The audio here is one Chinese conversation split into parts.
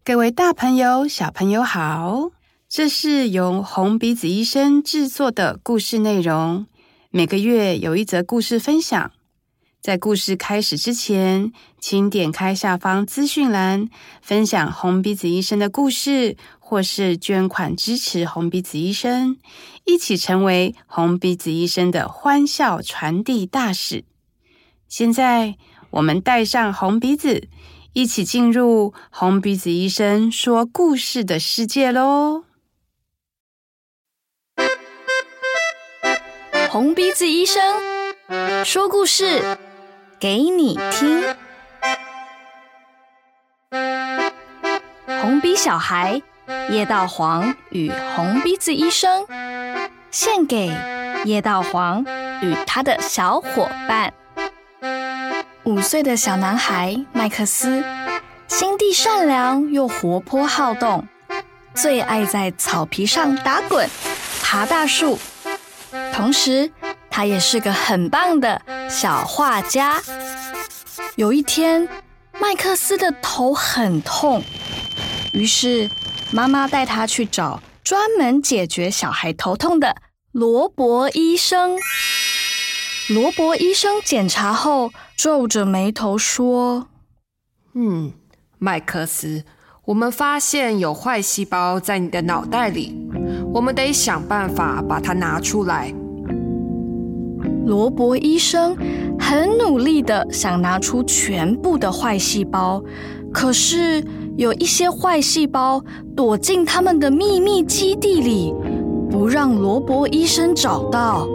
各位大朋友、小朋友好，这是由红鼻子医生制作的故事内容，每个月有一则故事分享。在故事开始之前，请点开下方资讯栏，分享红鼻子医生的故事，或是捐款支持红鼻子医生，一起成为红鼻子医生的欢笑传递大使。现在，我们戴上红鼻子，一起进入红鼻子医生说故事的世界咯。 红鼻子医生说故事给你听。红鼻小孩叶道煌与红鼻子医生，献给叶道煌与他的小伙伴。5岁的小男孩麦克斯，心地善良又活泼好动，最爱在草皮上打滚、爬大树。同时，他也是个很棒的小画家。有一天，麦克斯的头很痛，于是妈妈带他去找专门解决小孩头痛的罗伯医生。罗伯医生检查后皱着眉头说： 麦克斯，我们发现有坏细胞在你的脑袋里，我们得想办法把它拿出来。 罗伯医生很努力地想拿出全部的坏细胞，可是有一些坏细胞躲进他们的秘密基地里，不让罗伯医生找到。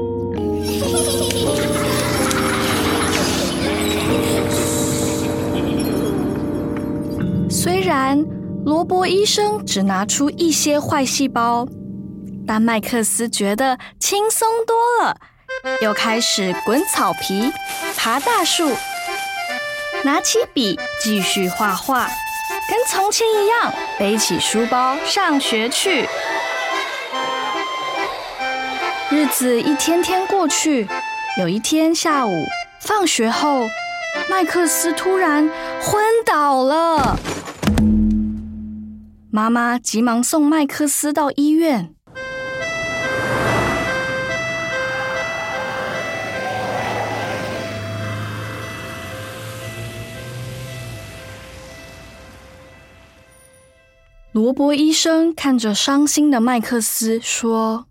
虽然罗伯医生只拿出一些坏细胞，但麦克斯觉得轻松多了，又开始滚草皮、爬大树，拿起笔继续画画，跟从前一样背起书包上学去。日子一天天过去，有一天下午放学后，麦克斯突然昏倒了。妈妈急忙送麦克斯到医院。罗伯医生看着伤心的麦克斯说：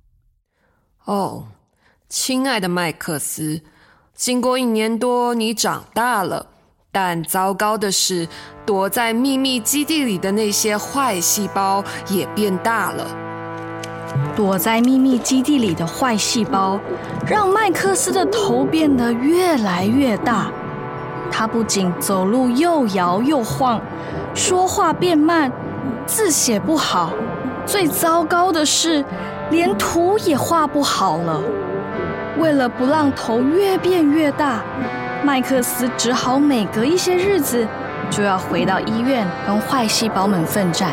亲爱的麦克斯，经过1年多，你长大了，但糟糕的是，躲在秘密基地里的那些坏细胞也变大了。 躲在秘密基地里的坏细胞让麦克斯的头变得越来越大，他不仅走路又摇又晃，说话变慢，字写不好，最糟糕的是连图也画不好了。为了不让头越变越大，麦克斯只好每隔一些日子就要回到医院跟坏细胞们奋战。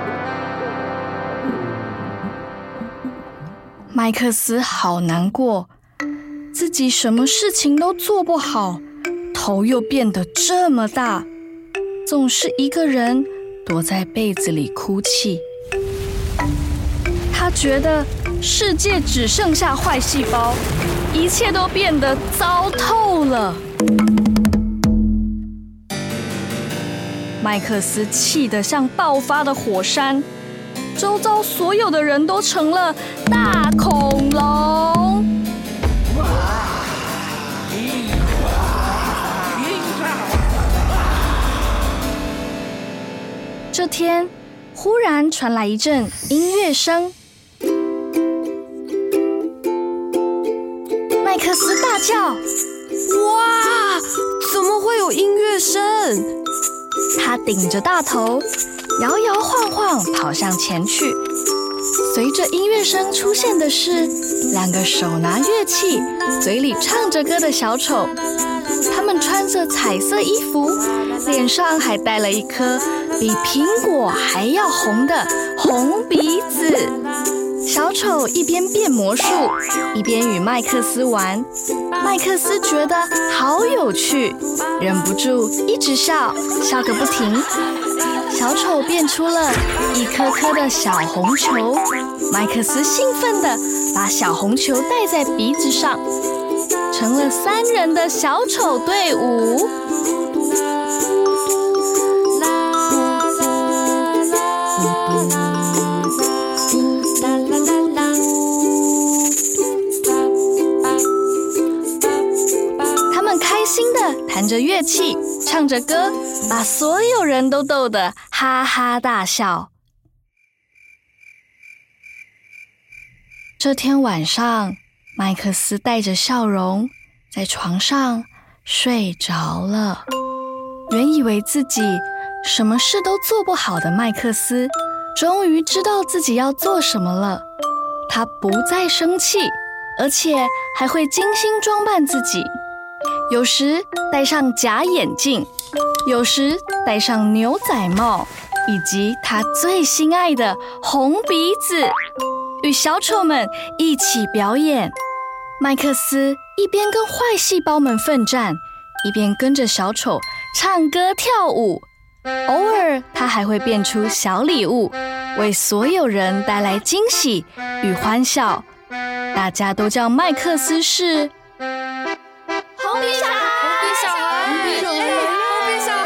麦克斯好难过，自己什么事情都做不好，头又变得这么大，总是一个人躲在被子里哭泣。他觉得世界只剩下坏细胞，一切都变得糟透了。麦克斯气得像爆发的火山，周遭所有的人都成了大恐龙。这天，忽然传来一阵音乐声，麦克斯大叫： 哇，怎么会有音乐声？ 他顶着大头，摇摇晃晃跑向前去。随着音乐声出现的是2个手拿乐器、嘴里唱着歌的小丑。他们穿着彩色衣服，脸上还戴了一颗比苹果还要红的红鼻子。小丑一边变魔术，一边与麦克斯玩。麦克斯觉得好有趣，忍不住一直笑，笑个不停。小小丑变出了一颗颗的小红球，麦克斯兴奋地把小红球戴在鼻子上，成了3人的小丑队伍。他们开心地弹着乐器，唱着歌，把所有人都逗得哈哈大笑。这天晚上，麦克斯带着笑容在床上睡着了。原以为自己什么事都做不好的麦克斯，终于知道自己要做什么了。他不再生气，而且还会精心装扮自己，有时戴上假眼镜，有时戴上牛仔帽，以及他最心爱的红鼻子，与小丑们一起表演。麦克斯一边跟坏细胞们奋战，一边跟着小丑唱歌跳舞。偶尔他还会变出小礼物，为所有人带来惊喜与欢笑。大家都叫麦克斯是红鼻小孩， 红鼻小孩，红鼻小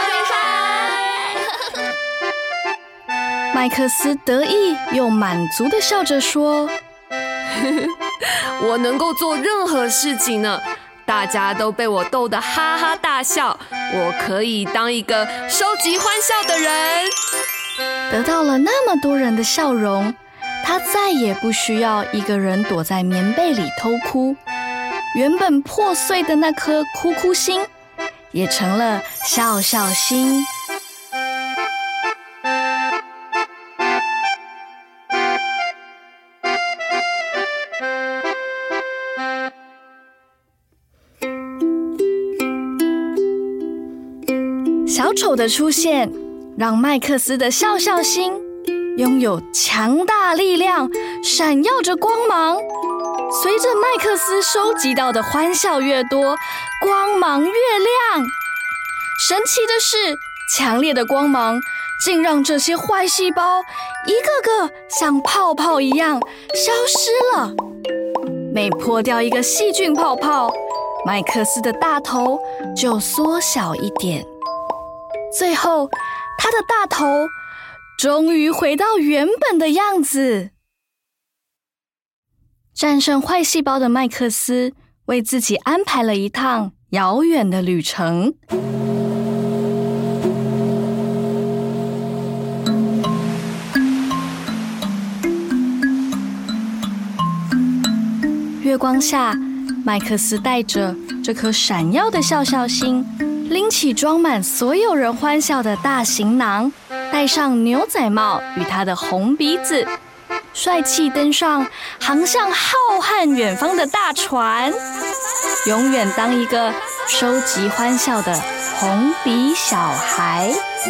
孩。麦克斯得意又满足地笑着说： 我能够做任何事情呢，大家都被我逗得哈哈大笑，我可以当一个收集欢笑的人。 得到了那么多人的笑容，他再也不需要一个人躲在棉被里偷哭。原本破碎的那颗哭哭心，也成了笑笑心。小丑的出现，让麦克斯的笑笑心拥有强大力量，闪耀着光芒。随着麦克斯收集到的欢笑越多，光芒越亮。神奇的是，强烈的光芒竟让这些坏细胞一个个像泡泡一样消失了。每破掉一个细菌泡泡，麦克斯的大头就缩小一点。最后，他的大头终于回到原本的样子。战胜坏细胞的麦克斯为自己安排了一趟遥远的旅程。月光下，麦克斯带着这颗闪耀的笑笑心，拎起装满所有人欢笑的大行囊，戴上牛仔帽与他的红鼻子，帅气登上航向浩瀚远方的大船，永远当一个收集欢笑的红鼻小孩。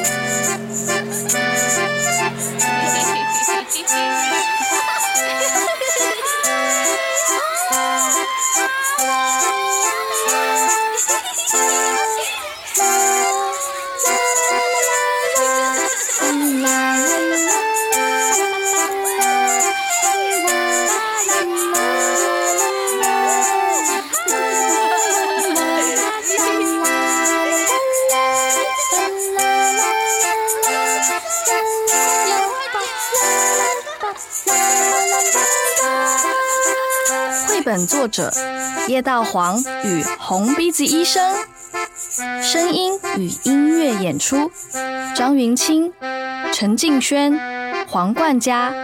本作者叶道煌与红鼻子医生，声音与音乐演出张云清、陈敬轩、黄冠嘉。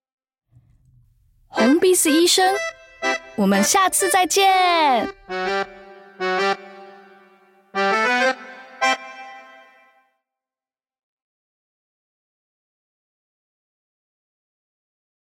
红鼻子医生，我们下次再见。